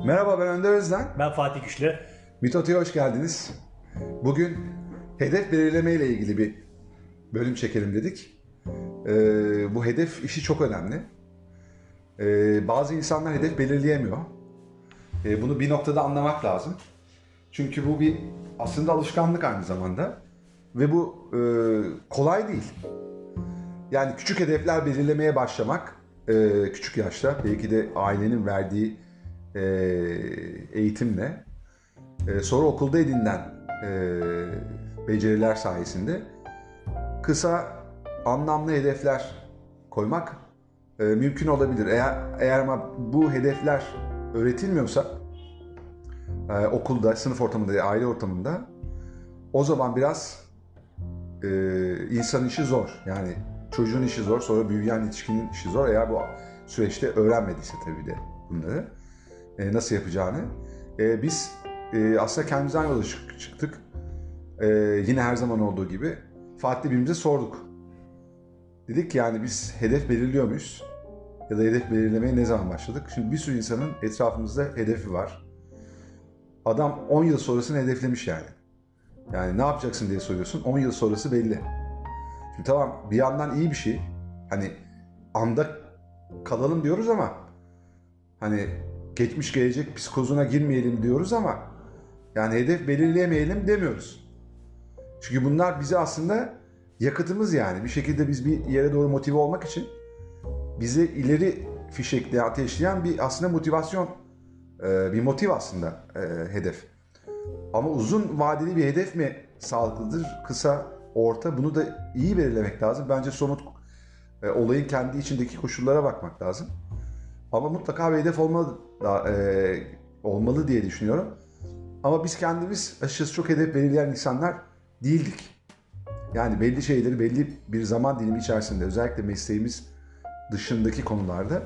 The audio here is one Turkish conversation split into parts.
Merhaba, ben Önder Özden. Ben Fatih Güçlü. Mitote'ye hoş geldiniz. Bugün hedef belirleme ile ilgili bir bölüm çekelim dedik. Bu hedef işi çok önemli. Bazı insanlar hedef belirleyemiyor. Bunu bir noktada anlamak lazım. Çünkü bu bir aslında alışkanlık aynı zamanda. Ve bu kolay değil. Yani küçük hedefler belirlemeye başlamak, küçük yaşta belki de ailenin verdiği eğitimle, sonra okulda edinilen beceriler sayesinde kısa, anlamlı hedefler koymak mümkün olabilir. Eğer ama bu hedefler öğretilmiyorsa okulda, sınıf ortamında, aile ortamında, o zaman biraz insanın işi zor. Yani çocuğun işi zor, sonra büyüyen yetişkinin işi zor. Eğer bu süreçte öğrenmediyse tabii de bunları nasıl yapacağını. Biz aslında kendimizden yola çıktık. Yine her zaman olduğu gibi Fatih birbirimize sorduk. Dedik ki yani biz hedef belirliyor muyuz? Ya da hedef belirlemeye ne zaman başladık? Şimdi bir sürü insanın etrafımızda hedefi var. Adam 10 yıl sonrasını hedeflemiş yani. Yani ne yapacaksın diye soruyorsun. 10 yıl sonrası belli. Şimdi tamam, bir yandan iyi bir şey. Hani anda kalalım diyoruz ama hani geçmiş gelecek psikozuna girmeyelim diyoruz ama yani hedef belirleyemeyelim demiyoruz. Çünkü bunlar bize aslında yakıtımız yani. Bir şekilde biz bir yere doğru motive olmak için bizi ileri fişekleyen, ateşleyen bir aslında motivasyon, bir motiv aslında hedef. Ama uzun vadeli bir hedef mi sağlıklıdır, kısa, orta, bunu da iyi belirlemek lazım. Bence somut olayın kendi içindeki koşullara bakmak lazım. Ama mutlaka bir hedef olmalı diye düşünüyorum. Ama biz kendimiz açıkçası çok hedef belirleyen insanlar değildik. Yani belli şeyleri belli bir zaman dilimi içerisinde, özellikle mesleğimiz dışındaki konularda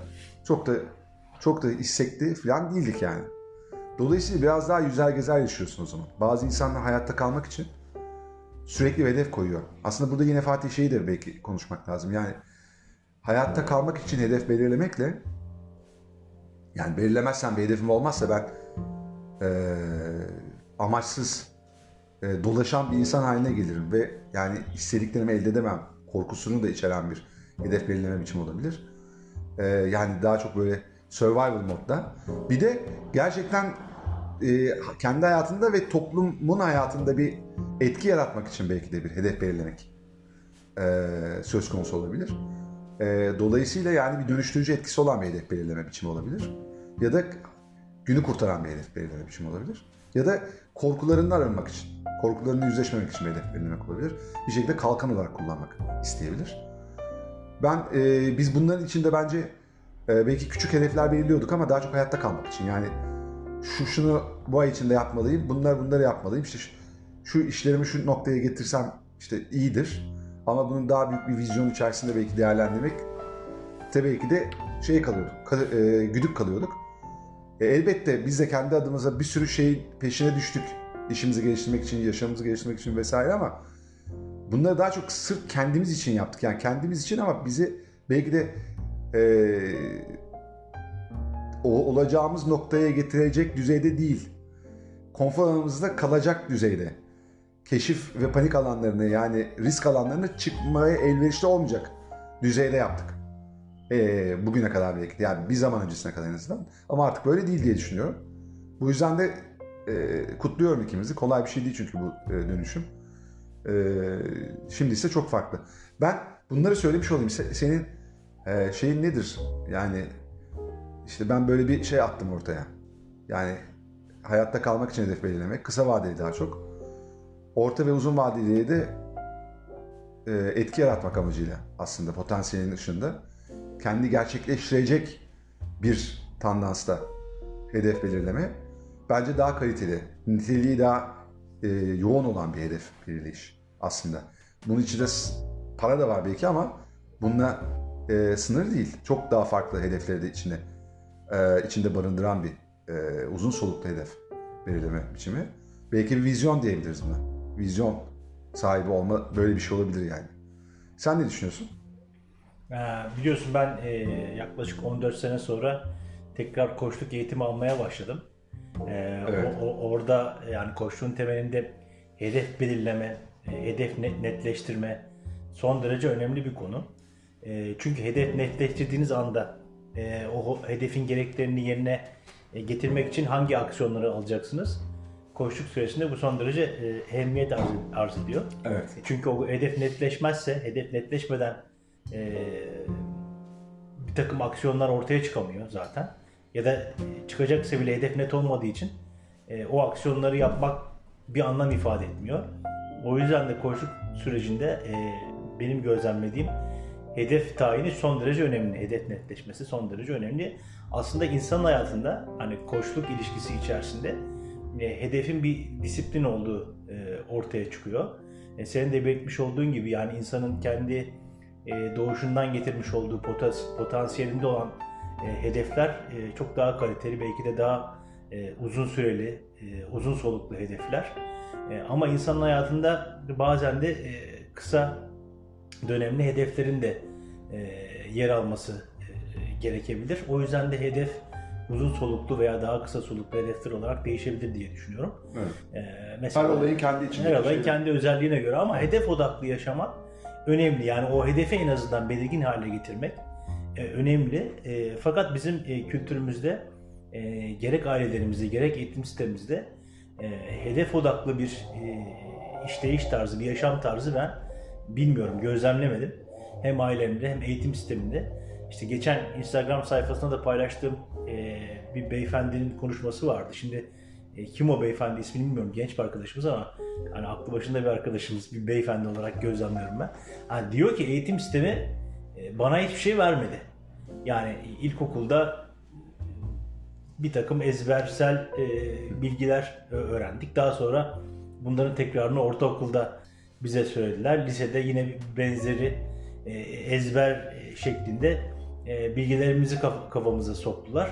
çok da istekli falan değildik yani. Dolayısıyla biraz daha yüzer gezer yaşıyorsun o zaman. Bazı insanlar hayatta kalmak için sürekli bir hedef koyuyor. Aslında burada yine Fatih şeyi de belki konuşmak lazım. Yani hayatta kalmak için hedef belirlemekle, yani belirlemezsen, bir hedefim olmazsa ben amaçsız dolaşan bir insan haline gelirim ve yani istediklerimi elde edemem korkusunu da içeren bir hedef belirleme biçimi olabilir. Yani daha çok böyle survival modda. Bir de gerçekten kendi hayatında ve toplumun hayatında bir etki yaratmak için belki de bir hedef belirlemek söz konusu olabilir. Dolayısıyla yani bir dönüştürücü etkisi olan bir hedef belirleme biçimi olabilir. Ya da günü kurtaran bir hedef belirleme biçimi olabilir. Ya da korkularından arınmak için, korkularını yüzleşmemek için bir hedef belirlemek olabilir. Bir şekilde kalkan olarak kullanmak isteyebilir. Biz bunların içinde bence belki küçük hedefler belirliyorduk ama daha çok hayatta kalmak için. Yani şunu bu ay içinde yapmalıyım, bunları yapmalıyım. İşte şu işlerimi şu noktaya getirsem işte iyidir. Ama bunun daha büyük bir vizyon içerisinde belki değerlendirmek tabii ki de güdük kalıyorduk. Elbette biz de kendi adımıza bir sürü şeyin peşine düştük. İşimizi geliştirmek için, yaşamımızı geliştirmek için vesaire ama bunları daha çok sırf kendimiz için yaptık. Yani kendimiz için ama bizi belki de olacağımız noktaya getirecek düzeyde değil. Konfor alanımızda kalacak düzeyde. Keşif ve panik alanlarını, yani risk alanlarını çıkmaya elverişli olmayacak düzeyde yaptık. Bugüne kadar belki, yani bir zaman öncesine kadar en azından. Ama artık böyle değil diye düşünüyorum. Bu yüzden de kutluyorum ikimizi. Kolay bir şey değil çünkü bu dönüşüm. Şimdi ise çok farklı. Ben bunları söylemiş olayım. Senin şeyin nedir? Yani işte ben böyle bir şey attım ortaya. Yani hayatta kalmak için hedef belirlemek. Kısa vadeli daha çok. Orta ve uzun vadeliye de etki yaratmak amacıyla aslında potansiyelin dışında kendi gerçekleştirecek bir tandansta hedef belirleme bence daha kaliteli, niteliği daha yoğun olan bir hedef belirleyiş aslında. Bunun içinde para da var belki ama bununla sınır değil. Çok daha farklı hedefleri de içinde barındıran bir uzun soluklu hedef belirleme biçimi. Belki bir vizyon diyebiliriz buna. Vizyon sahibi olma, böyle bir şey olabilir yani. Sen ne düşünüyorsun? Biliyorsun ben yaklaşık 14 sene sonra tekrar koçluk eğitimi almaya başladım. Evet. Orada yani koçluğun temelinde hedef belirleme, hedef netleştirme son derece önemli bir konu. Çünkü hedef netleştirdiğiniz anda o hedefin gereklerini yerine getirmek için hangi aksiyonları alacaksınız? Koçluk süresinde bu son derece ehemmiyet arz ediyor. Evet. Çünkü o hedef netleşmezse, hedef netleşmeden bir takım aksiyonlar ortaya çıkamıyor zaten. Ya da çıkacaksa bile hedef net olmadığı için o aksiyonları yapmak bir anlam ifade etmiyor. O yüzden de koçluk sürecinde benim gözlemlediğim hedef tayini son derece önemli. Hedef netleşmesi son derece önemli. Aslında insan hayatında hani koçluk ilişkisi içerisinde hedefin bir disiplin olduğu ortaya çıkıyor. Senin de belirtmiş olduğun gibi yani insanın kendi doğuşundan getirmiş olduğu potansiyelinde olan hedefler çok daha kaliteli, belki de daha uzun süreli, uzun soluklu hedefler. Ama insanın hayatında bazen de kısa dönemli hedeflerin de yer alması gerekebilir. O yüzden de hedef uzun soluklu veya daha kısa soluklu hedefler olarak değişebilir diye düşünüyorum. Evet. Mesela, her olayın kendi içinde. Her olayın kendi özelliğine göre ama hedef odaklı yaşamak önemli. Yani o hedefi en azından belirgin hale getirmek önemli. Fakat bizim kültürümüzde gerek ailelerimizde gerek eğitim sistemimizde hedef odaklı bir işleyiş tarzı, bir yaşam tarzı ben bilmiyorum, gözlemlemedim. Hem ailemde hem eğitim sisteminde. İşte geçen Instagram sayfasında da paylaştığım bir beyefendinin konuşması vardı. Şimdi kim o beyefendi ismini bilmiyorum, genç bir arkadaşımız ama hani aklı başında bir arkadaşımız, bir beyefendi olarak gözlemliyorum ben. Yani diyor ki eğitim sistemi bana hiçbir şey vermedi. Yani ilkokulda bir takım ezbersel bilgiler öğrendik. Daha sonra bunların tekrarını ortaokulda bize söylediler. Lisede yine benzeri ezber şeklinde bilgilerimizi kafamıza soktular.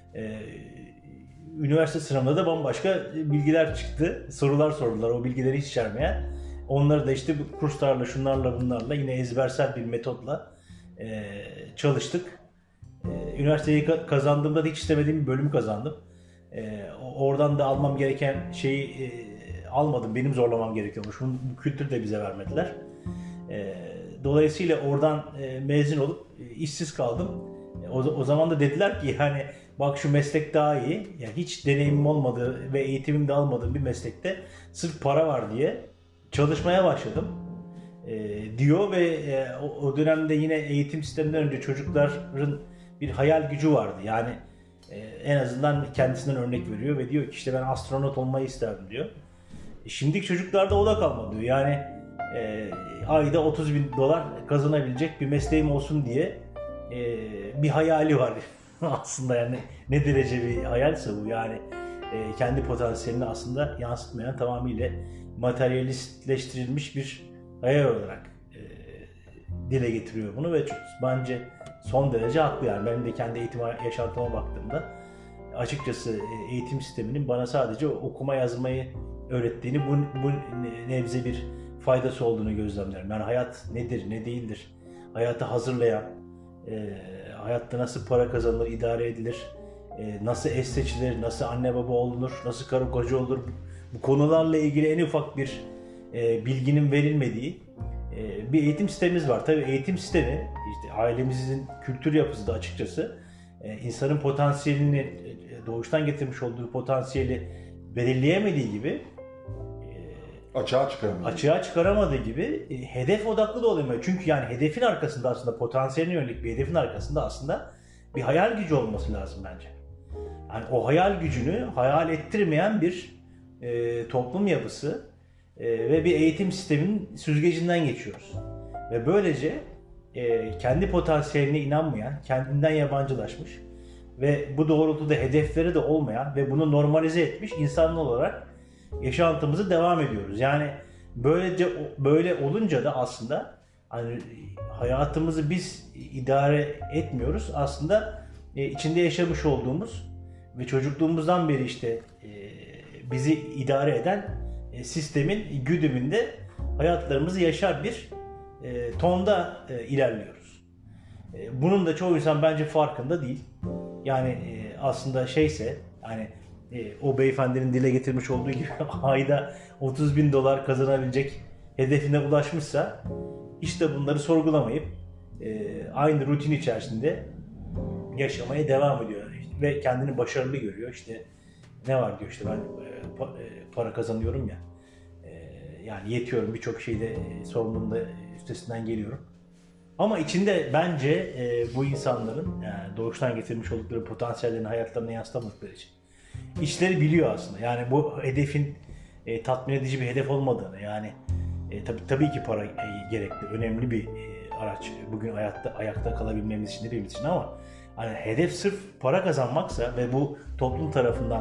Üniversite sınavında da bambaşka bilgiler çıktı. Sorular sordular o bilgileri hiç içermeyen. Onları da işte kurslarla, şunlarla, bunlarla yine ezbersel bir metotla çalıştık. Üniversiteyi kazandığımda da hiç istemediğim bir bölümü kazandım. Oradan da almam gereken şeyi almadım. Benim zorlamam gerekiyormuş. Bu kültürü de bize vermediler. Dolayısıyla oradan mezun olup işsiz kaldım. O zaman da dediler ki yani bak şu meslek daha iyi. Yani hiç deneyimim olmadığı ve eğitimim de almadığım bir meslekte sırf para var diye çalışmaya başladım. Diyor ve o dönemde yine eğitim sisteminden önce çocukların bir hayal gücü vardı. Yani en azından kendisinden örnek veriyor ve diyor ki işte ben astronot olmayı isterdim diyor. Şimdiki çocuklarda o da kalmadı diyor. Yani ayda $30.000 kazanabilecek bir mesleğim olsun diye bir hayali var. Aslında yani ne derece bir hayalse bu yani kendi potansiyelini aslında yansıtmayan tamamıyla materyalistleştirilmiş bir hayal olarak dile getiriyor bunu ve bence son derece haklı yani. Benim de kendi eğitim yaşantıma baktığımda açıkçası eğitim sisteminin bana sadece okuma yazmayı öğrettiğini, bu nebze bir faydası olduğunu gözlemlerim. Yani hayat nedir, ne değildir, hayatı hazırlayan, hayatta nasıl para kazanılır, idare edilir, nasıl eş seçilir, nasıl anne baba olunur, nasıl karı koca olur, bu konularla ilgili en ufak bir bilginin verilmediği bir eğitim sistemimiz var. Tabii eğitim sistemi, işte ailemizin kültür yapısı da açıkçası insanın potansiyelini, doğuştan getirmiş olduğu potansiyeli belirleyemediği gibi açığa çıkaramadığı gibi hedef odaklı da olamıyor. Çünkü yani hedefin arkasında aslında potansiyeline yönelik bir hedefin arkasında aslında bir hayal gücü olması lazım bence. Yani o hayal gücünü hayal ettirmeyen bir toplum yapısı ve bir eğitim sisteminin süzgecinden geçiyoruz. Ve böylece kendi potansiyeline inanmayan, kendinden yabancılaşmış ve bu doğrultuda hedefleri de olmayan ve bunu normalize etmiş insanlar olarak yaşantımızı devam ediyoruz. Yani böyle olunca da aslında hani hayatımızı biz idare etmiyoruz. Aslında içinde yaşamış olduğumuz ve çocukluğumuzdan beri işte bizi idare eden sistemin güdümünde hayatlarımızı yaşar bir tonda ilerliyoruz. Bunun da çoğu insan bence farkında değil. Yani aslında şeyse hani o beyefendinin dile getirmiş olduğu gibi ayda $30.000 kazanabilecek hedefine ulaşmışsa işte bunları sorgulamayıp aynı rutin içerisinde yaşamaya devam ediyor ve kendini başarılı görüyor. İşte ne var diyor, işte ben para kazanıyorum ya, yani yetiyorum, birçok şeyde sorumluluğunda üstesinden geliyorum. Ama içinde bence bu insanların yani doğuştan getirmiş oldukları potansiyellerini hayatlarına yansıtamadıkları için içleri biliyor aslında. Yani bu hedefin tatmin edici bir hedef olmadığını, yani tabii ki para gerekli, önemli bir araç bugün ayakta kalabilmemiz için, hepimiz için, ama hani hedef sırf para kazanmaksa ve bu toplum tarafından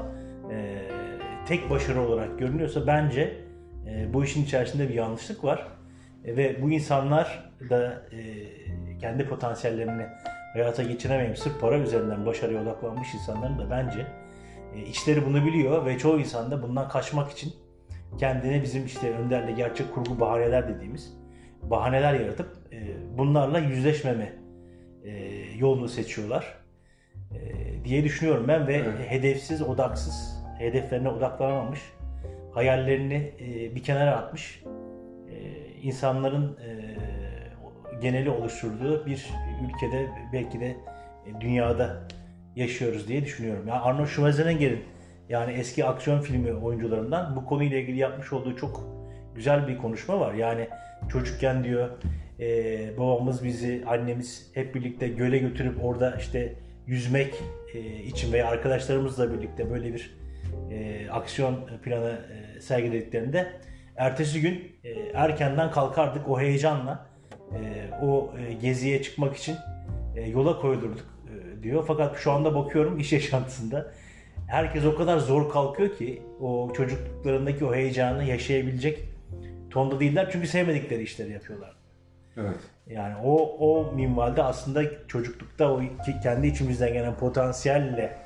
tek başarı olarak görünüyorsa bence bu işin içerisinde bir yanlışlık var. Ve bu insanlar da kendi potansiyellerini hayata geçiremeyip sırf para üzerinden başarıya odaklanmış insanların da bence içleri bunu biliyor ve çoğu insan da bundan kaçmak için kendine bizim işte Önder'le gerçek kurgu bahaneler dediğimiz bahaneler yaratıp bunlarla yüzleşmeme yolunu seçiyorlar diye düşünüyorum ben ve evet. hedefsiz, odaksız, hedeflerine odaklanamamış, hayallerini bir kenara atmış insanların geneli oluşturduğu bir ülkede, belki de dünyada yaşıyoruz diye düşünüyorum. Yani Arnold Schwarzenegger'in, yani eski aksiyon filmi oyuncularından, bu konuyla ilgili yapmış olduğu çok güzel bir konuşma var. Yani çocukken diyor babamız bizi, annemiz hep birlikte göle götürüp orada işte yüzmek için veya arkadaşlarımızla birlikte böyle bir aksiyon planı sergilediklerinde ertesi gün erkenden kalkardık o heyecanla o geziye çıkmak için yola koyulurduk diyor. Fakat şu anda bakıyorum iş yaşantısında herkes o kadar zor kalkıyor ki o çocukluklarındaki o heyecanı yaşayabilecek tonda değiller, çünkü sevmedikleri işleri yapıyorlar. Evet. Yani o minvalde aslında çocuklukta o kendi içimizden gelen potansiyelle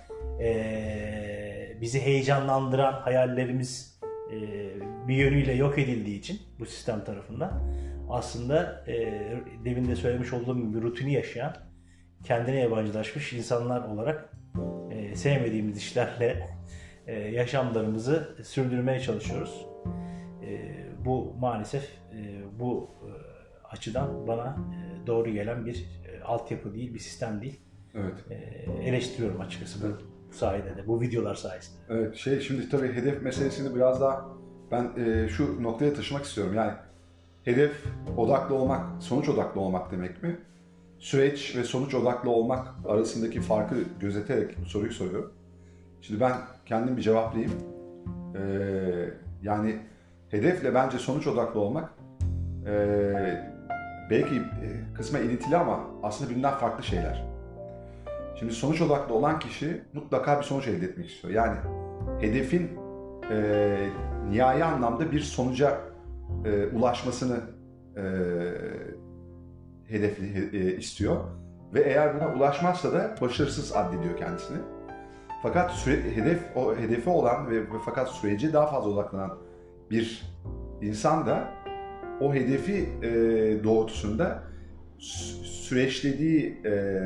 bizi heyecanlandıran hayallerimiz bir yönüyle yok edildiği için bu sistem tarafından aslında demin de söylemiş olduğum gibi rutini yaşayan, kendine yabancılaşmış insanlar olarak sevmediğimiz işlerle yaşamlarımızı sürdürmeye çalışıyoruz. Bu maalesef bu açıdan bana doğru gelen bir altyapı değil, bir sistem değil. Evet. Eleştiriyorum açıkçası bu sayede de, bu videolar sayesinde. Evet, şimdi tabii hedef meselesini biraz daha ben şu noktaya taşımak istiyorum. Yani hedef odaklı olmak, sonuç odaklı olmak demek mi? Süreç ve sonuç odaklı olmak arasındaki farkı gözeterek bu soruyu soruyorum. Şimdi ben kendim bir cevaplayayım. Yani hedefle bence sonuç odaklı olmak belki kısmen ilintili ama aslında birbirinden farklı şeyler. Şimdi sonuç odaklı olan kişi mutlaka bir sonuç elde etmek istiyor. Yani hedefin nihai anlamda bir sonuca ulaşmasını istiyor. Ve eğer buna ulaşmazsa da başarısız addediyor kendisini. Fakat hedefi olan ve fakat sürece daha fazla odaklanan bir insan da o hedefi doğrultusunda süreçlediği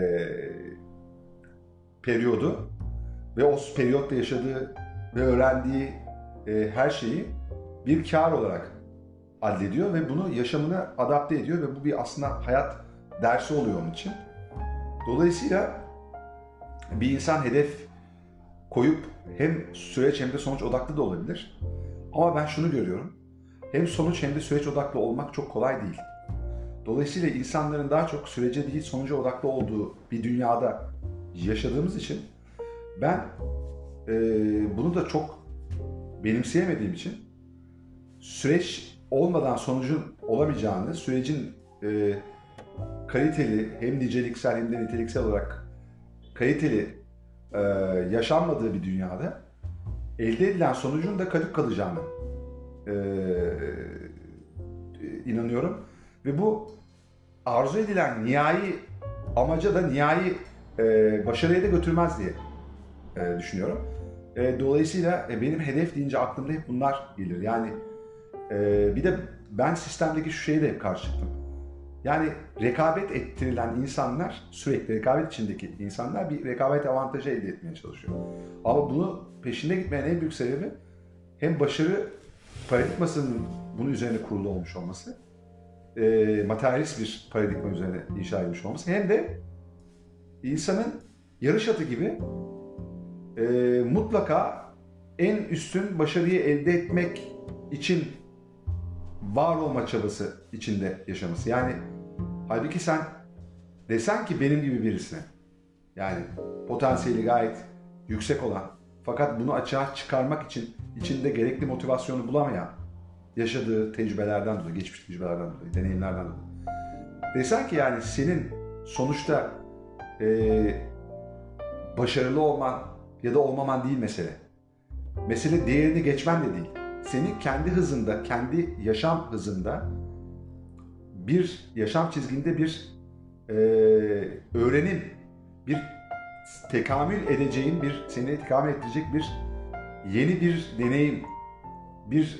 periyodu ve o periyotta yaşadığı ve öğrendiği her şeyi bir kar olarak addediyor ve bunu yaşamına adapte ediyor ve bu bir aslında hayat dersi oluyor onun için. Dolayısıyla bir insan hedef koyup hem süreç hem de sonuç odaklı da olabilir. Ama ben şunu görüyorum. Hem sonuç hem de süreç odaklı olmak çok kolay değil. Dolayısıyla insanların daha çok sürece değil sonuca odaklı olduğu bir dünyada yaşadığımız için ben bunu da çok benimseyemediğim için süreç olmadan sonucun olamayacağını, sürecin kaliteli, hem niceliksel hem de niteliksel olarak kaliteli yaşanmadığı bir dünyada elde edilen sonucun da kalıp kalacağını inanıyorum. Ve bu arzu edilen nihai amaca da nihai başarıya da götürmez diye düşünüyorum. Dolayısıyla benim hedef deyince aklımda hep bunlar gelir. Yani bir de ben sistemdeki şu şeye de hep karşı çıktım. Yani rekabet ettirilen insanlar, sürekli rekabet içindeki insanlar bir rekabet avantajı elde etmeye çalışıyor. Ama bunu peşinde gitmeyen en büyük sebebi hem başarı paradigmasının bunun üzerine kurulu olmuş olması, materyalist bir paradigma üzerine inşa edilmiş olması, hem de insanın yarış atı gibi mutlaka en üstün başarıyı elde etmek için var olma çabası içinde yaşaması. Yani halbuki sen desen ki benim gibi birisine, yani potansiyeli gayet yüksek olan fakat bunu açığa çıkarmak için içinde gerekli motivasyonu bulamayan, yaşadığı tecrübelerden dolayı, geçmiş tecrübelerden dolayı, deneyimlerden dolayı. Desen ki yani senin sonuçta başarılı olman ya da olmaman değil mesele. Mesele değerini geçmen de değil. Senin kendi hızında, kendi yaşam hızında, bir yaşam çizginde bir öğrenim, bir tekamül edeceğin, seni tekamül ettirecek bir yeni bir deneyim, bir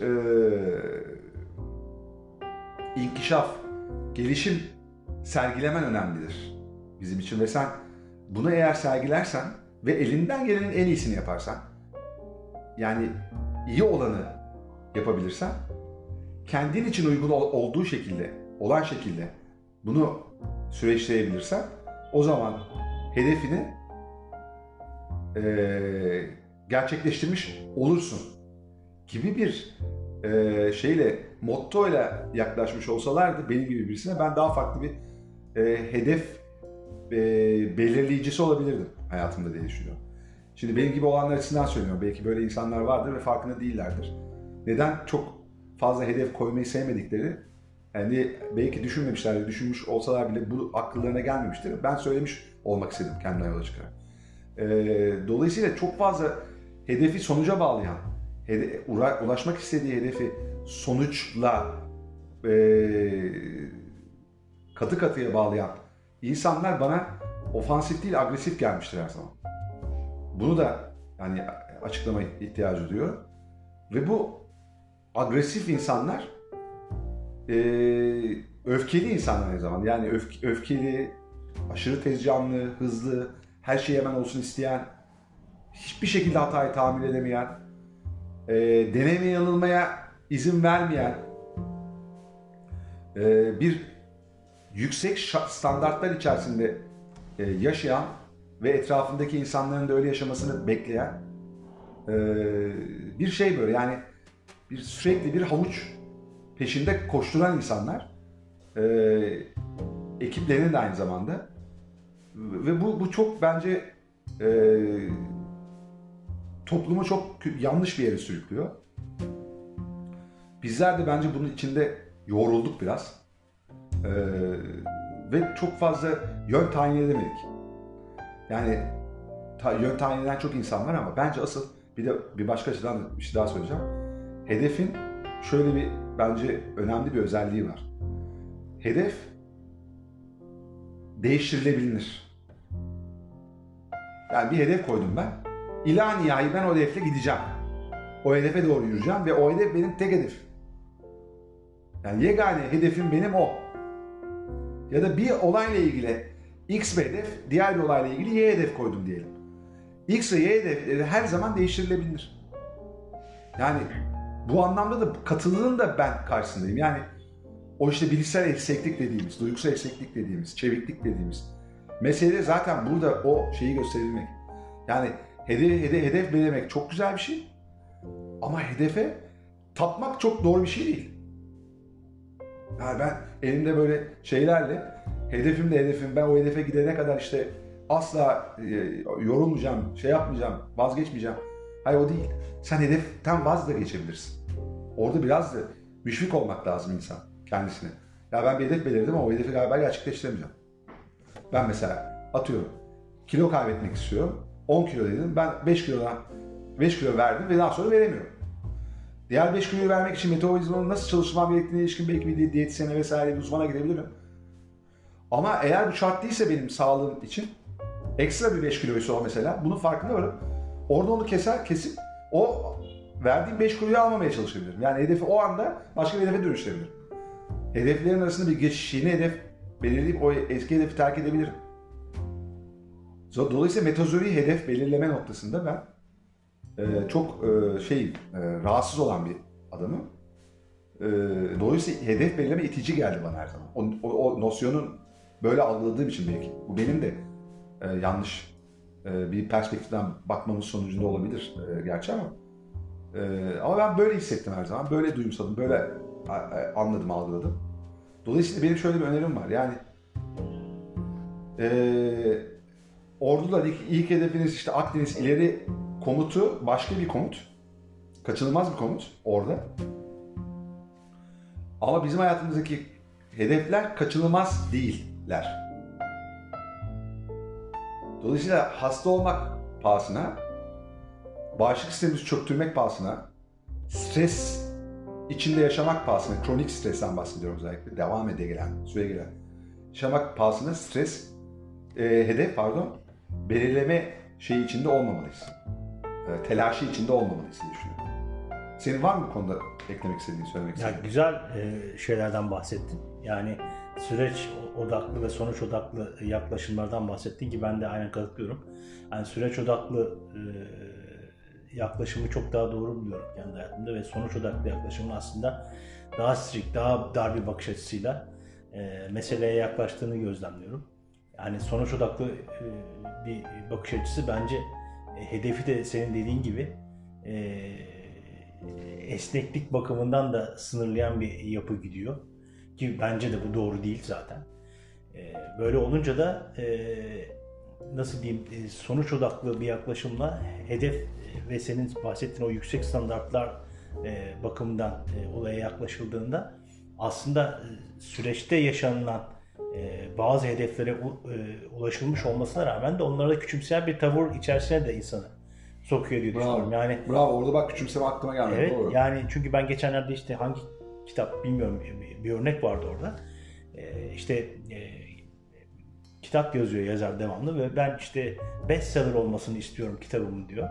inkişaf, gelişim sergilemen önemlidir bizim için. Ve sen bunu eğer sergilersen ve elinden gelenin en iyisini yaparsan, yani iyi olanı yapabilirsen, kendin için uygun olduğu şekilde, olan şekilde bunu süreçleyebilirsen, o zaman hedefini gerçekleştirmiş olursun gibi bir mottoyla yaklaşmış olsalardı benim gibi birisine, ben daha farklı bir hedef belirleyicisi olabilirdim hayatımda diye düşünüyorum. Şimdi benim gibi olanlar açısından söylüyorum. Belki böyle insanlar vardır ve farkında değillerdir. Neden çok fazla hedef koymayı sevmedikleri, yani belki düşünmemişlerdir, düşünmüş olsalar bile bu akıllarına gelmemiştir. Ben söylemiş olmak istedim kendimden yola çıkarak. Dolayısıyla çok fazla hedefi sonuca bağlayan, ulaşmak istediği hedefi sonuçla katı katıya bağlayan insanlar bana ofansif değil, agresif gelmiştir her zaman. Bunu da yani açıklama ihtiyacı duyuyor. Ve bu agresif insanlar öfkeli insanlar aynı zamanda. Yani öfkeli, aşırı tezcanlı, hızlı, her şey hemen olsun isteyen, hiçbir şekilde hatayı tahammül edemeyen, deneme yanılmaya izin vermeyen, bir yüksek standartlar içerisinde yaşayan ve etrafındaki insanların da öyle yaşamasını bekleyen bir şey böyle. Yani sürekli bir havuç peşinde koşturan insanlar, ekiplerinin de aynı zamanda. Ve bu çok bence toplumu çok yanlış bir yere sürüklüyor. Bizler de bence bunun içinde yoğrulduk biraz. Ve çok fazla yön tayin edemedik. Yani yön tayin eden çok insan var ama bence asıl bir başka açıdan bir şey daha söyleyeceğim. Hedefin şöyle bir bence önemli bir özelliği var. Hedef değiştirilebilir. Yani bir hedef koydum ben. İlahi nihai ben o hedefle gideceğim. O hedefe doğru yürüyeceğim ve o hedef benim tek hedefim. Yani yegane hedefim benim o. Ya da bir olayla ilgili X bir hedef, diğer bir olayla ilgili Y hedef koydum diyelim. X ve Y hedefleri her zaman değiştirilebilir. Yani bu anlamda da katılığın da ben karşısındayım. Yani o işte bilişsel eksiklik dediğimiz, duygusal eksiklik dediğimiz, çeviklik dediğimiz mesele zaten burada o şeyi gösterilmek. Yani hedef belirlemek çok güzel bir şey. Ama hedefe tapmak çok doğru bir şey değil. Yani ben elimde böyle şeylerle, hedefim, ben o hedefe gidene kadar işte asla yorulmayacağım, şey yapmayacağım, vazgeçmeyeceğim. Hayır, o değil. Sen hedeften vaz da geçebilirsin. Orada biraz da müşfik olmak lazım insan kendisine. Ya ben bir hedef belirledim ama o hedefi galiba gerçekleştiremeyeceğim. Ben mesela atıyorum, kilo kaybetmek istiyorum. 10 kilo dedim. Ben 5 kilo verdim ve daha sonra veremiyorum. Diğer 5 kiloyu vermek için metabolizmanın nasıl çalışmam gerektiğine ilişkin belki bir diyetisyene vesaire bir uzmana gidebilirim. Ama eğer bu şart değilse benim sağlığım için, ekstra bir 5 kiloysa o mesela, bunun farkında varım. Orada onu kesip o verdiğim 5 kiloyu almamaya çalışabilirim. Yani hedefi o anda başka bir hedefe dönüştürebilirim. Hedeflerin arasında bir geçiş, yeni hedef belirleyip o eski hedefi terk edebilirim. Dolayısıyla metazori hedef belirleme noktasında ben çok rahatsız olan bir adamım. Dolayısıyla hedef belirleme itici geldi bana her zaman. O nosyonun böyle algıladığım için belki. Bu benim de yanlış bir perspektiften bakmamın sonucunda olabilir gerçi ama ben böyle hissettim her zaman. Böyle duyumsadım, böyle anladım, algıladım. Dolayısıyla benim şöyle bir önerim var. Yani orduda ilk hedefiniz işte Akdeniz ileri komutu başka bir komut. Kaçınılmaz bir komut orada. Ama bizim hayatımızdaki hedefler kaçınılmaz değiller. Dolayısıyla hasta olmak pahasına, bağışıklık sistemimizi çöktürmek pahasına, stres içinde yaşamak pahasına, kronik stresten bahsediyorum özellikle, devam gelen, süre gelen, yaşamak pahasına hedef belirleme şeyi içinde olmamalıyız. Telaşı içinde olmamalıyız diye düşünüyorum. Senin var mı bu konuda eklemek istediğin, söylemek istediğin? Güzel şeylerden bahsettin. Yani süreç odaklı ve sonuç odaklı yaklaşımlardan bahsettin ki ben de aynen katılıyorum. Yani süreç odaklı yaklaşımı çok daha doğru buluyorum kendi hayatımda ve sonuç odaklı yaklaşımın aslında daha strict, daha dar bir bakış açısıyla meseleye yaklaştığını gözlemliyorum. Yani sonuç odaklı bir bakış açısı bence hedefi de senin dediğin gibi esneklik bakımından da sınırlayan bir yapı gidiyor. Ki bence de bu doğru değil zaten. Böyle olunca da nasıl diyeyim sonuç odaklı bir yaklaşımla hedef ve senin bahsettiğin o yüksek standartlar bakımından olaya yaklaşıldığında aslında süreçte yaşanılan bazı hedeflere ulaşılmış olmasına rağmen de onlara da küçümseyen bir tavır içerisine de insanı sokuyor diye düşünüyorum. Yani bravo, orada bak küçümseme aklıma gelmedi. Evet, doğru. yani çünkü ben geçenlerde işte hangi kitap bilmiyorum bir örnek vardı orada. Kitap yazıyor yazar devamlı ve ben işte bestseller olmasını istiyorum kitabımın diyor.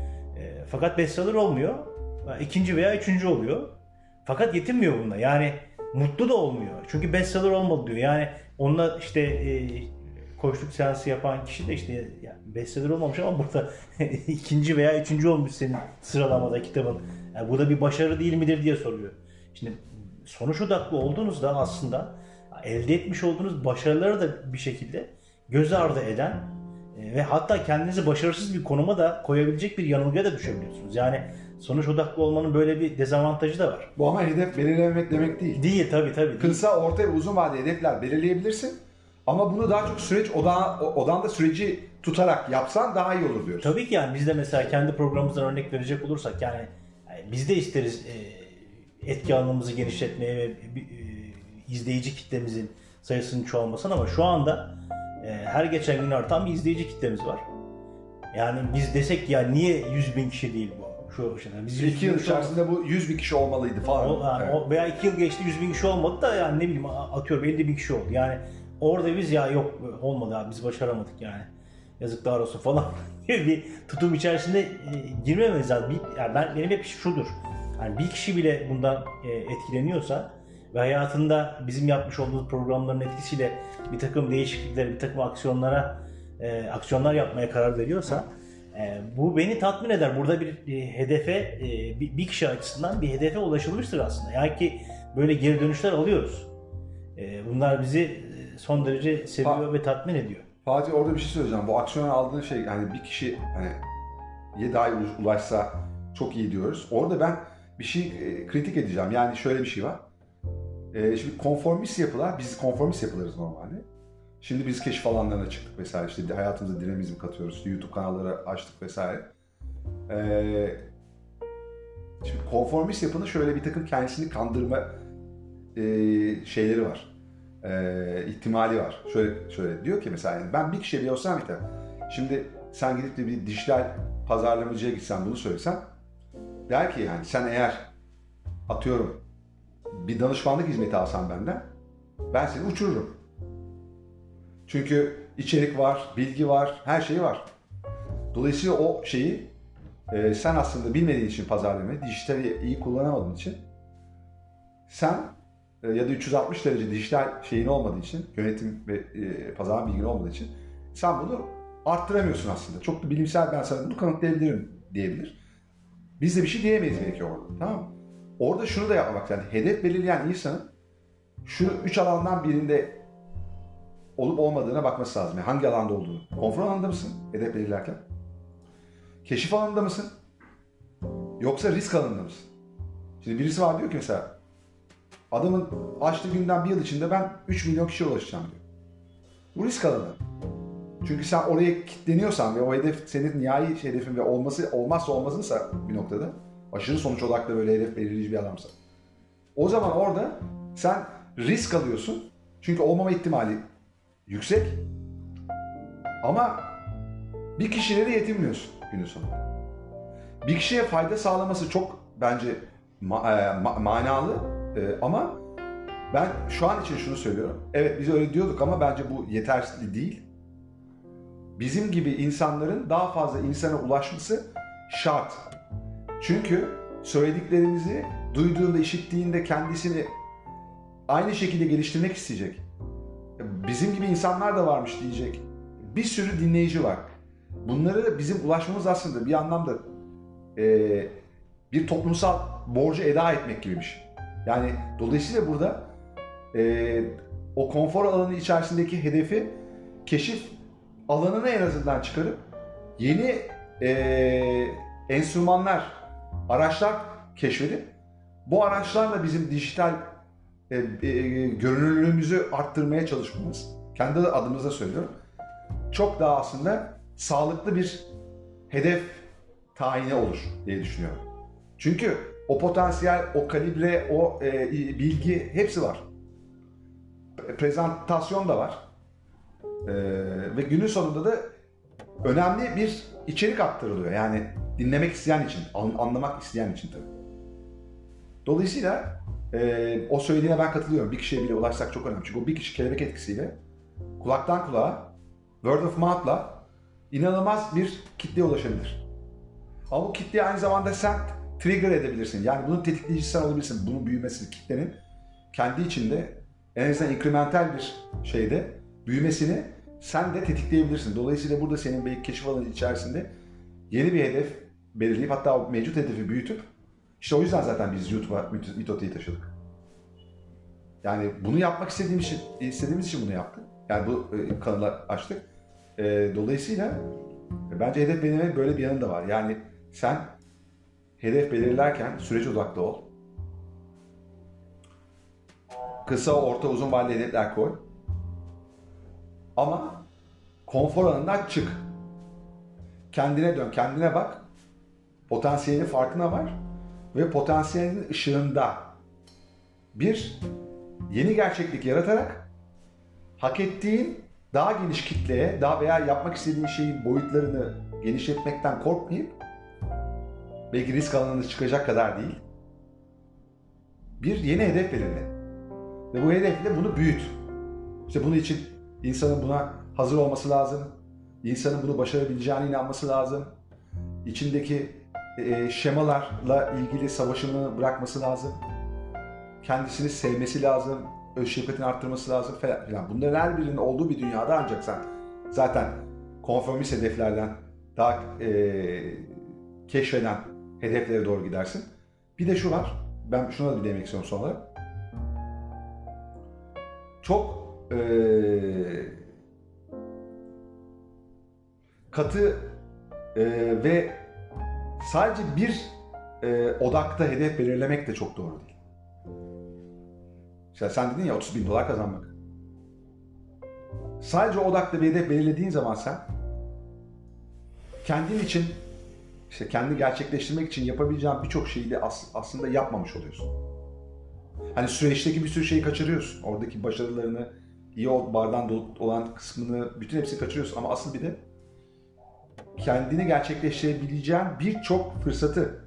Fakat bestseller olmuyor. İkinci veya üçüncü oluyor. Fakat yetinmiyor bununla. Yani mutlu da olmuyor. Çünkü bestseller olmadı diyor. Yani onunla işte koçluk seansı yapan kişi de işte yani bestseller olmamış ama burada ikinci veya üçüncü olmuş senin sıralamada kitabın. Yani bu da bir başarı değil midir diye soruyor. Şimdi sonuç odaklı olduğunuzda aslında elde etmiş olduğunuz başarıları da bir şekilde göz ardı eden ve hatta kendinizi başarısız bir konuma da koyabilecek bir yanılgıya da düşebiliyorsunuz. Yani sonuç odaklı olmanın böyle bir dezavantajı da var. Bu ama hedef belirlememek demek değil. Değil tabii. Kısa, orta ve uzun vadeli hedefler belirleyebilirsin. Ama bunu daha çok süreç odağında süreci tutarak yapsan daha iyi olur diyoruz. Tabii ki yani biz de mesela kendi programımızdan örnek verecek olursak yani biz de isteriz etki alanımızı genişletmeye ve izleyici kitlemizin sayısının çoğalmasını ama şu anda her geçen gün artan bir izleyici kitlemiz var. Yani biz desek ya niye 100.000 kişi değil bu? Biz 2 yıl içerisinde bu 100.000 kişi olmalıydı falan. Evet. Veya 2 yıl geçti 100.000 kişi olmadı da yani ne bileyim atıyorum 50.000 kişi oldu. Yani orada biz ya yok olmadı abi biz başaramadık yani. Yazıklar olsun falan bir tutum içerisinde girmememiz lazım. Benim hep şudur. Yani bir kişi bile bundan etkileniyorsa ve hayatında bizim yapmış olduğumuz programların etkisiyle bir takım değişiklikler, bir takım aksiyonlar yapmaya karar veriyorsa bu beni tatmin eder. Burada bir hedefe, bir kişi açısından bir hedefe ulaşılmıştır aslında. Yani ki böyle geri dönüşler alıyoruz. Bunlar bizi son derece seviyor ve tatmin ediyor. Fatih orada bir şey söyleyeceğim. Bu aksiyon aldığın şey yani bir kişi hani daha iyi ulaşsa çok iyi diyoruz. Orada ben bir şey kritik edeceğim. Yani şöyle bir şey var. Şimdi konformist yapılar, biz konformist yapılarız normalde. Şimdi biz keşif alanlarına çıktık vesaire. İşte hayatımıza dinamizm katıyoruz. YouTube kanalları açtık vesaire. Şimdi konformist yapının şöyle bir takım kendisini kandırma şeyleri var. İhtimali var. Şöyle diyor ki mesela yani ben bir kişiye bir olsam biter. Şimdi sen gidip de bir dijital pazarlamacıya gitsen bunu söylesen der ki yani sen eğer atıyorum bir danışmanlık hizmeti alsan benden ben seni uçururum. Çünkü içerik var, bilgi var, her şey var. Dolayısıyla o şeyi sen aslında bilmediğin için pazarlamayı, dijitali iyi kullanamadığın için sen ya da 360 derece dijital şeyin olmadığı için, yönetim ve pazarlama bilgin olmadığı için sen bunu arttıramıyorsun aslında. Çok da bilimsel ben sana bunu kanıtlayabilirim diyebilir. Biz de bir şey diyemeyiz belki orada. Tamam mı? Orada şunu da yapmak yani hedef belirleyen insanın şu 3 alandan birinde olup olmadığına bakması lazım. Yani hangi alanda olduğunu. Konfor alanında mısın hedef belirlerken? Keşif alanında mısın? Yoksa risk alanında mısın? Şimdi birisi var diyor ki mesela adamın açtığı günden bir yıl içinde ben 3 milyon kişiye ulaşacağım diyor. Bu risk alanı. Çünkü sen oraya kilitleniyorsan ve o hedef senin nihai hedefin ve olmazsa olmazınsa bir noktada aşırı sonuç odaklı böyle hedef belirleyici bir adamsa. O zaman orada sen risk alıyorsun. Çünkü olmama ihtimali yüksek. Ama bir kişiyle de yetinmiyorsun günün sonunda. Bir kişiye fayda sağlaması çok bence manalı ama ben şu an için şunu söylüyorum. Evet biz öyle diyorduk ama bence bu yeterli değil. Bizim gibi insanların daha fazla insana ulaşması şart. Çünkü söylediklerimizi duyduğunda, işittiğinde kendisini aynı şekilde geliştirmek isteyecek. Bizim gibi insanlar da varmış diyecek. Bir sürü dinleyici var. Bunları bizim ulaşmamız aslında bir anlamda bir toplumsal borcu eda etmek gibi bir şey. Yani dolayısıyla burada o konfor alanı içerisindeki hedefi keşif alanını en azından çıkarıp yeni enstrümanlar, araçlar keşfedip bu araçlarla bizim dijital görünürlüğümüzü arttırmaya çalışmamız, kendi adımıza söylüyorum, çok daha aslında sağlıklı bir hedef tayini olur diye düşünüyorum. Çünkü o potansiyel, o kalibre, o bilgi hepsi var. Prezentasyon da var. Ve günün sonunda da önemli bir içerik aktarılıyor. Yani dinlemek isteyen için, anlamak isteyen için tabii. Dolayısıyla o söylediğine ben katılıyorum. Bir kişiye bile ulaşsak çok önemli. Çünkü o bir kişi kelebek etkisiyle kulaktan kulağa, word of mouth'la inanılmaz bir kitleye ulaşabilir. Ama bu kitleyi aynı zamanda sen trigger edebilirsin. Yani bunun tetikleyicisi sen olabilirsin. Bunun büyümesini, kitlenin kendi içinde en azından inkremental bir şeyde büyümesini sen de tetikleyebilirsin. Dolayısıyla burada senin belki keşif alanı içerisinde yeni bir hedef belirleyip hatta o mevcut hedefi büyütüp işte o yüzden zaten biz YouTube'a Mitota'yı taşıdık. Yani bunu yapmak istediğimiz için bunu yaptık. Yani bu kanalı açtık. Dolayısıyla bence hedef belirlemenin böyle bir yanı da var. Yani sen hedef belirlerken süreç odaklı ol. Kısa, orta, uzun vadeli hedefler koy. Ama konfor alanından çık. Kendine dön, kendine bak. Potansiyelinin farkına var. Ve potansiyelinin ışığında bir yeni gerçeklik yaratarak hak ettiğin daha geniş kitleye, daha veya yapmak istediğin şeyin boyutlarını genişletmekten korkmayıp belki risk alanına çıkacak kadar değil. Bir yeni hedef belirle. Ve bu hedefle bunu büyüt. İşte bunun için insanın buna hazır olması lazım. İnsanın bunu başarabileceğine inanması lazım. İçindeki şemalarla ilgili savaşını bırakması lazım. Kendisini sevmesi lazım. Öz şefkatini arttırması lazım falan. Bunların her birinin olduğu bir dünyada ancak sen zaten konformist hedeflerden daha keşfeden hedeflere doğru gidersin. Bir de şu var. Ben şuna da demek istiyorum son olarak. Çok katı ve sadece bir odakta hedef belirlemek de çok doğru değil. İşte sen dedin ya $30.000 kazanmak. Sadece odakta bir hedef belirlediğin zaman sen kendin için işte kendi gerçekleştirmek için yapabileceğin birçok şeyi de aslında yapmamış oluyorsun. Hani süreçteki bir sürü şeyi kaçırıyorsun. Oradaki başarılarını, iyi bardağın dolu olan kısmını, bütün hepsini kaçırıyorsun. Ama asıl bir de kendini gerçekleştirebileceğin birçok fırsatı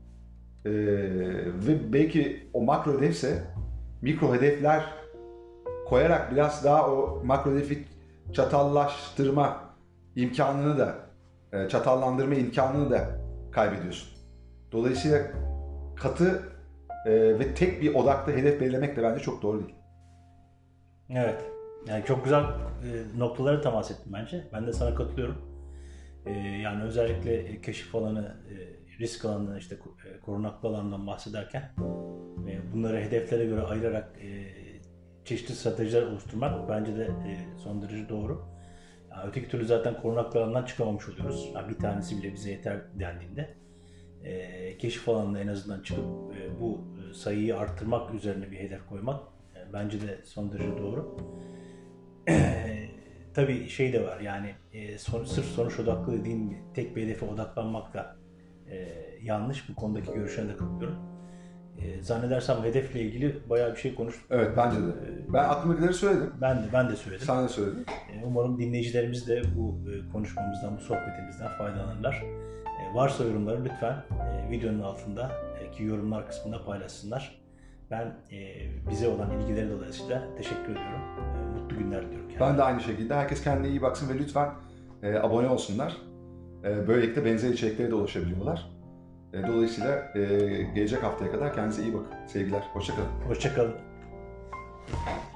ve belki o makro hedefse mikro hedefler koyarak biraz daha o makro hedefi çatallaştırma imkanını da çatallandırma imkanını da kaybediyorsun. Dolayısıyla katı Ve tek bir odaklı hedef belirlemek de bence çok doğru değil. Evet. Yani çok güzel noktalara temas ettim bence. Ben de sana katılıyorum. Yani özellikle keşif alanı, risk alanı, işte korunaklı alandan bahsederken bunları hedeflere göre ayırarak çeşitli stratejiler oluşturmak bence de son derece doğru. Yani öteki türlü zaten korunaklı alandan çıkamamış oluyoruz. Yani bir tanesi bile bize yeter dendiğinde keşif alanına en azından çıkıp bu sayıyı arttırmak üzerine bir hedef koymak bence de son derece doğru. Tabii şey de var yani sırf sonuç odaklı dediğim gibi tek bir hedefe odaklanmak da yanlış. Bu konudaki görüşlerine de katılıyorum. Zannedersem hedefle ilgili bayağı bir şey konuştuk. Evet, bence de. Ben aklımdakileri söyledim. Ben de söyledim. Sen de söyledin. Umarım dinleyicilerimiz de bu konuşmamızdan, bu sohbetimizden faydalanırlar. Varsa yorumları lütfen videonun altındaki yorumlar kısmında paylaşsınlar. Ben bize olan ilgileri dolayısıyla teşekkür ediyorum. Mutlu günler diliyorum. Ben de aynı şekilde. Herkes kendine iyi baksın ve lütfen abone olsunlar. Böylelikle benzer içeriklere de ulaşabiliyorlar. Dolayısıyla gelecek haftaya kadar kendinize iyi bakın. Sevgiler. Hoşça kalın. Hoşça kalın.